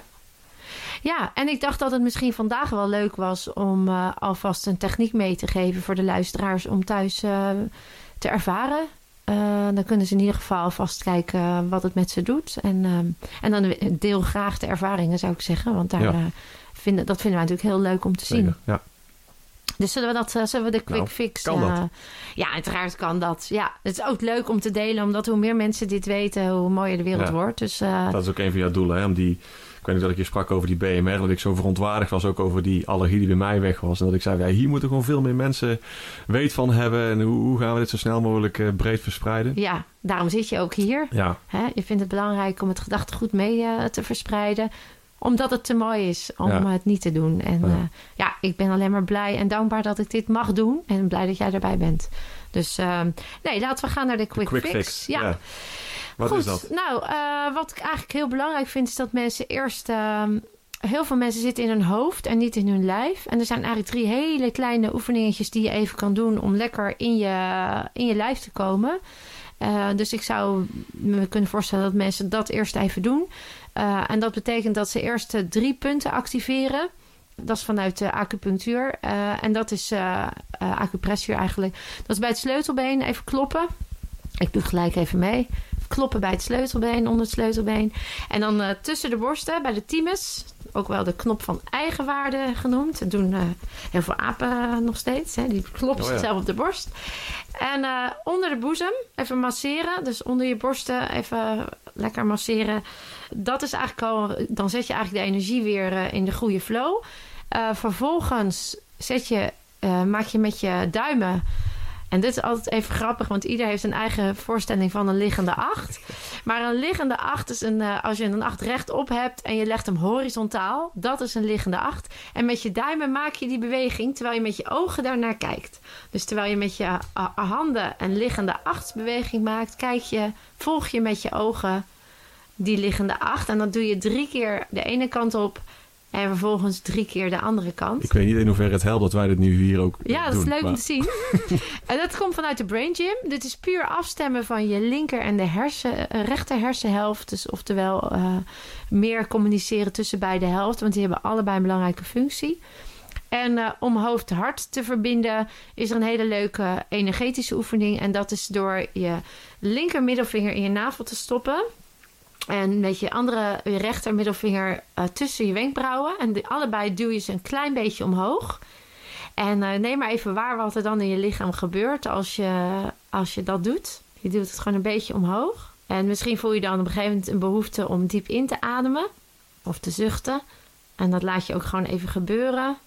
Ja, en ik dacht dat het misschien vandaag wel leuk was om alvast een techniek mee te geven voor de luisteraars om thuis te ervaren. Dan kunnen ze in ieder geval vast kijken wat het met ze doet. En dan deel graag de ervaringen, zou ik zeggen. Want dat vinden wij natuurlijk heel leuk om te zien. Ja. Dus zullen we de quick fix... Kan dat? Ja, uiteraard kan dat. Ja, het is ook leuk om te delen. Omdat hoe meer mensen dit weten, hoe mooier de wereld wordt. Dus, dat is ook een van jouw doelen, hè? Om die... Ik weet niet dat ik je sprak over die BMR, dat ik zo verontwaardigd was ook over die allergie die bij mij weg was. En dat ik zei, hier moeten gewoon veel meer mensen weet van hebben. En hoe gaan we dit zo snel mogelijk breed verspreiden? Ja, daarom zit je ook hier. Ja. Je vindt het belangrijk om het gedachtegoed mee te verspreiden. Omdat het te mooi is om het niet te doen. En ik ben alleen maar blij en dankbaar dat ik dit mag doen. En blij dat jij erbij bent. Dus laten we gaan naar de quick fix. Ja. Wat is dat? Nou, wat ik eigenlijk heel belangrijk vind... is dat mensen eerst... heel veel mensen zitten in hun hoofd en niet in hun lijf. En er zijn eigenlijk 3 hele kleine oefeningetjes... die je even kan doen om lekker in je lijf te komen. Dus ik zou me kunnen voorstellen dat mensen dat eerst even doen. En dat betekent dat ze eerst 3 punten activeren... Dat is vanuit de acupunctuur. En dat is acupressuur eigenlijk. Dat is bij het sleutelbeen. Even kloppen. Ik doe het gelijk even mee. Kloppen bij het sleutelbeen, onder het sleutelbeen. En dan tussen de borsten, bij de thymus. Ook wel de knop van eigenwaarde genoemd. Dat doen heel veel apen nog steeds. Hè. Die kloppen zichzelf op de borst. En onder de boezem even masseren. Dus onder je borsten even lekker masseren. Dat is eigenlijk al... Dan zet je eigenlijk de energie weer in de goede flow. Vervolgens maak je met je duimen... En dit is altijd even grappig, want ieder heeft een eigen voorstelling van een liggende 8. Maar een liggende 8 is als je een 8 rechtop hebt en je legt hem horizontaal, dat is een liggende 8. En met je duimen maak je die beweging terwijl je met je ogen daarnaar kijkt. Dus terwijl je met je handen een liggende 8 beweging maakt, volg je met je ogen die liggende 8. En dan doe je 3 keer de ene kant op en vervolgens 3 keer de andere kant. Ik weet niet in hoeverre het helpt dat wij dit nu hier ook doen. Ja, dat is leuk om te zien. En dat komt vanuit de Brain Gym. Dit is puur afstemmen van je linker en de rechter hersenhelft. Dus oftewel meer communiceren tussen beide helften. Want die hebben allebei een belangrijke functie. En om hoofd-hart te verbinden is er een hele leuke energetische oefening. En dat is door je linker middelvinger in je navel te stoppen. En met je rechter middelvinger tussen je wenkbrauwen. En allebei duw je ze een klein beetje omhoog. En neem maar even waar wat er dan in je lichaam gebeurt als je dat doet. Je duwt het gewoon een beetje omhoog. En misschien voel je dan op een gegeven moment een behoefte om diep in te ademen. Of te zuchten. En dat laat je ook gewoon even gebeuren.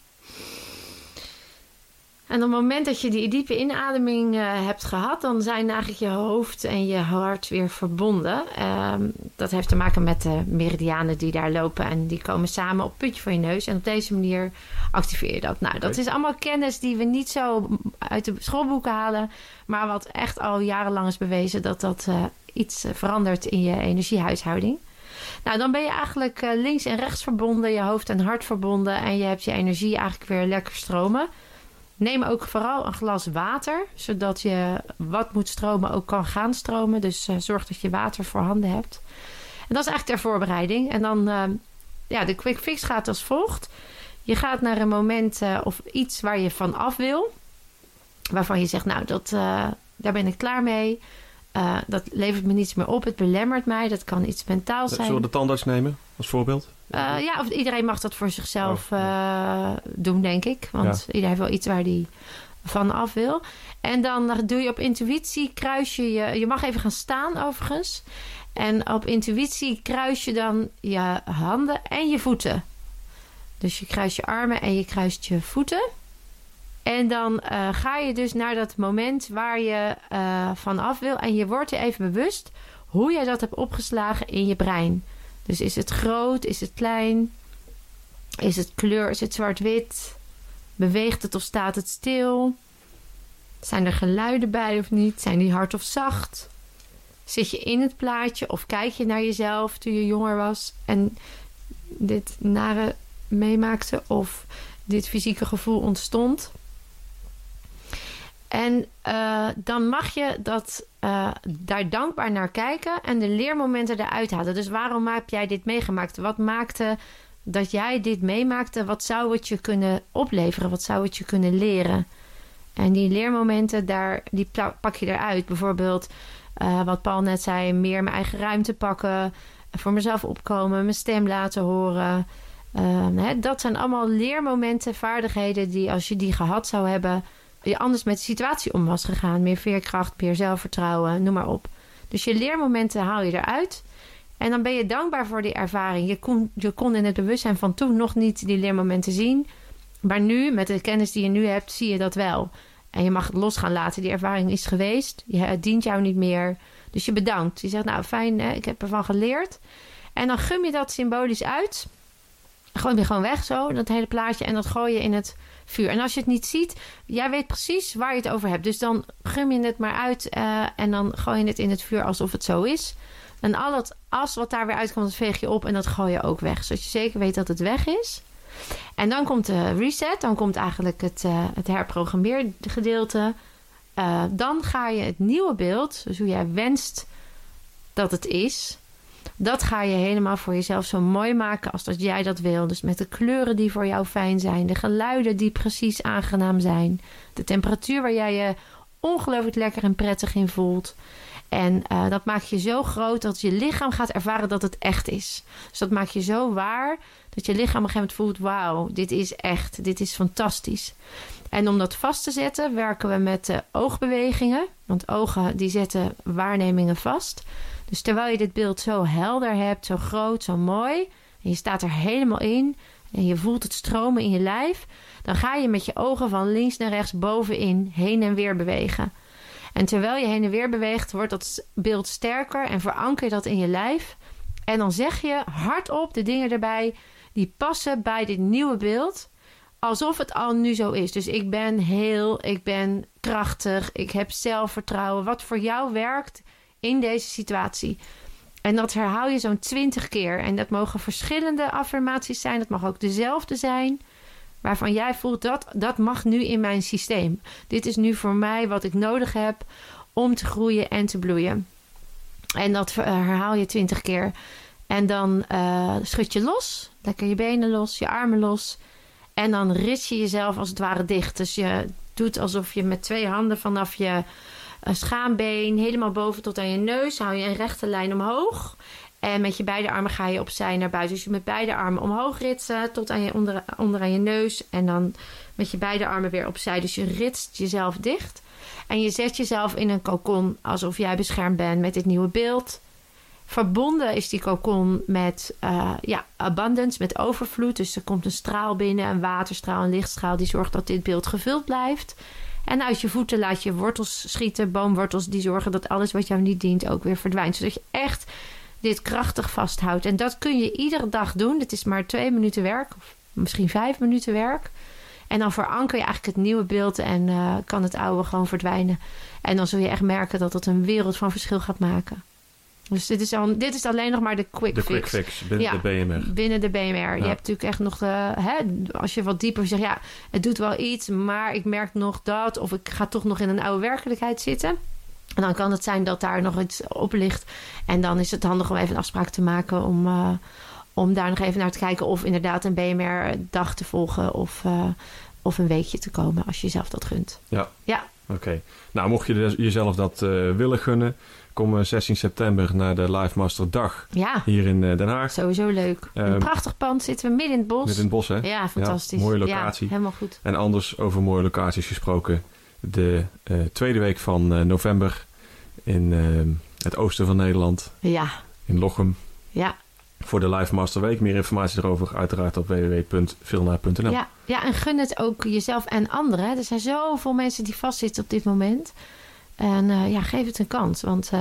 En op het moment dat je die diepe inademing hebt gehad, dan zijn eigenlijk je hoofd en je hart weer verbonden. Dat heeft te maken met de meridianen die daar lopen en die komen samen op het puntje van je neus. En op deze manier activeer je dat. Nou, dat is allemaal kennis die we niet zo uit de schoolboeken halen, maar wat echt al jarenlang is bewezen dat iets verandert in je energiehuishouding. Nou, dan ben je eigenlijk links en rechts verbonden, je hoofd en hart verbonden en je hebt je energie eigenlijk weer lekker stromen. Neem ook vooral een glas water, zodat je wat moet stromen ook kan gaan stromen. Dus zorg dat je water voorhanden hebt. En dat is eigenlijk ter voorbereiding. En dan, de quick fix gaat als volgt. Je gaat naar een moment of iets waar je van af wil. Waarvan je zegt, nou, daar ben ik klaar mee. Dat levert me niets meer op. Het belemmert mij. Dat kan iets mentaal zijn. Zullen we de tandarts nemen als voorbeeld? Of iedereen mag dat voor zichzelf doen, denk ik. Want iedereen heeft wel iets waar hij van af wil. En dan doe je op intuïtie, kruis je mag even gaan staan overigens. En op intuïtie kruis je dan je handen en je voeten. Dus je kruist je armen en je kruist je voeten. En dan ga je dus naar dat moment waar je van af wil. En je wordt je even bewust hoe jij dat hebt opgeslagen in je brein. Dus is het groot? Is het klein? Is het kleur? Is het zwart-wit? Beweegt het of staat het stil? Zijn er geluiden bij of niet? Zijn die hard of zacht? Zit je in het plaatje of kijk je naar jezelf toen je jonger was en dit nare meemaakte of dit fysieke gevoel ontstond? En dan mag je daar dankbaar naar kijken en de leermomenten eruit halen. Dus waarom heb jij dit meegemaakt? Wat maakte dat jij dit meemaakte? Wat zou het je kunnen opleveren? Wat zou het je kunnen leren? En die leermomenten, die pak je eruit. Bijvoorbeeld wat Paul net zei, meer mijn eigen ruimte pakken, voor mezelf opkomen, mijn stem laten horen. Dat zijn allemaal leermomenten, vaardigheden die als je die gehad zou hebben, je anders met de situatie om was gegaan. Meer veerkracht, meer zelfvertrouwen, noem maar op. Dus je leermomenten haal je eruit. En dan ben je dankbaar voor die ervaring. Je kon in het bewustzijn van toen nog niet die leermomenten zien. Maar nu, met de kennis die je nu hebt, zie je dat wel. En je mag het los gaan laten. Die ervaring is geweest. Het dient jou niet meer. Dus je bedankt. Je zegt, nou fijn, ik heb ervan geleerd. En dan gum je dat symbolisch uit. Gooi je gewoon weg zo, dat hele plaatje. En dat gooi je in het vuur. En als je het niet ziet, jij weet precies waar je het over hebt. Dus dan gum je het maar uit en dan gooi je het in het vuur alsof het zo is. En al het as wat daar weer uitkomt, dat veeg je op en dat gooi je ook weg. Zodat je zeker weet dat het weg is. En dan komt de reset. Dan komt eigenlijk het herprogrammeergedeelte. Dan ga je het nieuwe beeld, dus hoe jij wenst dat het is, dat ga je helemaal voor jezelf zo mooi maken als dat jij dat wil. Dus met de kleuren die voor jou fijn zijn. De geluiden die precies aangenaam zijn. De temperatuur waar jij je ongelooflijk lekker en prettig in voelt. En dat maak je zo groot dat je lichaam gaat ervaren dat het echt is. Dus dat maak je zo waar dat je lichaam op een gegeven moment voelt, wauw, dit is echt. Dit is fantastisch. En om dat vast te zetten werken we met oogbewegingen. Want ogen die zetten waarnemingen vast. Dus terwijl je dit beeld zo helder hebt, zo groot, zo mooi, en je staat er helemaal in en je voelt het stromen in je lijf, dan ga je met je ogen van links naar rechts bovenin heen en weer bewegen. En terwijl je heen en weer beweegt, wordt dat beeld sterker en veranker je dat in je lijf. En dan zeg je hardop de dingen erbij die passen bij dit nieuwe beeld, alsof het al nu zo is. Dus ik ben heel, ik ben krachtig, ik heb zelfvertrouwen. Wat voor jou werkt in deze situatie. En dat herhaal je zo'n 20 keer. En dat mogen verschillende affirmaties zijn. Dat mag ook dezelfde zijn. Waarvan jij voelt, dat mag nu in mijn systeem. Dit is nu voor mij wat ik nodig heb om te groeien en te bloeien. En dat herhaal je 20 keer. En dan schud je los. Lekker je benen los, je armen los. En dan rits je jezelf als het ware dicht. Dus je doet alsof je met 2 handen vanaf je schaambeen helemaal boven tot aan je neus. Hou je een rechte lijn omhoog. En met je beide armen ga je opzij naar buiten. Dus je met beide armen omhoog ritsen tot aan je onder aan je neus. En dan met je beide armen weer opzij. Dus je ritst jezelf dicht. En je zet jezelf in een cocon alsof jij beschermd bent met dit nieuwe beeld. Verbonden is die cocon met abundance, met overvloed. Dus er komt een straal binnen, een waterstraal, een lichtstraal. Die zorgt dat dit beeld gevuld blijft. En uit je voeten laat je wortels schieten, boomwortels. Die zorgen dat alles wat jou niet dient ook weer verdwijnt. Zodat je echt dit krachtig vasthoudt. En dat kun je iedere dag doen. Dit is maar 2 minuten werk. Of misschien 5 minuten werk. En dan veranker je eigenlijk het nieuwe beeld. En kan het oude gewoon verdwijnen. En dan zul je echt merken dat het een wereld van verschil gaat maken. Dus dit is alleen nog maar de quick fix binnen de BMR. Binnen de BMR. Ja. Je hebt natuurlijk echt nog als je wat dieper zegt, het doet wel iets, maar ik merk nog dat, of ik ga toch nog in een oude werkelijkheid zitten. En dan kan het zijn dat daar nog iets op ligt. En dan is het handig om even een afspraak te maken om daar nog even naar te kijken of inderdaad een BMR-dag te volgen of een weekje te komen als je jezelf dat gunt. Ja. Oké. Nou, mocht je jezelf dat willen gunnen, kom 16 september naar de Live Master Dag hier in Den Haag. Sowieso leuk. Een prachtig pand, zitten we midden in het bos. Midden in het bos, hè? Ja, fantastisch. Ja, mooie locatie. Ja, helemaal goed. En anders over mooie locaties gesproken. De tweede week van november in het oosten van Nederland. Ja. In Lochem. Ja. Voor de Live Master Week. Meer informatie erover uiteraard op www.vilna.nl. Ja, en gun het ook jezelf en anderen. Er zijn zoveel mensen die vastzitten op dit moment. En geef het een kans. Want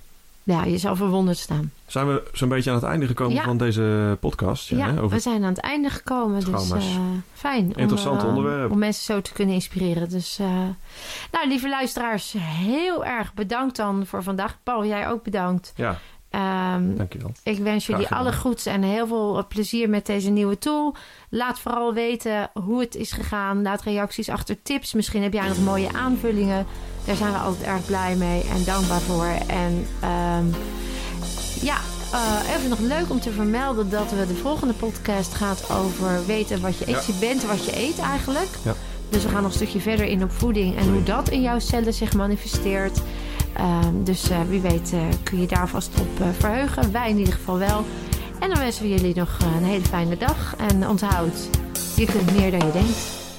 je zal verwonderd staan. Zijn we zo'n beetje aan het einde gekomen van deze podcast? We zijn aan het einde gekomen. Trauma's. Dus fijn. Interessant onderwerp. Om mensen zo te kunnen inspireren. Dus lieve luisteraars, heel erg bedankt dan voor vandaag. Paul, jij ook bedankt. Ja. Dankjewel. Ik wens jullie alle goeds en heel veel plezier met deze nieuwe tool. Laat vooral weten hoe het is gegaan. Laat reacties achter, tips. Misschien heb jij nog mooie aanvullingen. Daar zijn we altijd erg blij mee en dankbaar voor. En even nog leuk om te vermelden dat we de volgende podcast gaat over weten wat je eet. Je bent wat je eet eigenlijk. Ja. Dus we gaan nog een stukje verder in op voeding en hoe dat in jouw cellen zich manifesteert. Dus wie weet kun je daar vast op verheugen. Wij in ieder geval wel. En dan wensen we jullie nog een hele fijne dag. En onthoud, je kunt meer dan je denkt.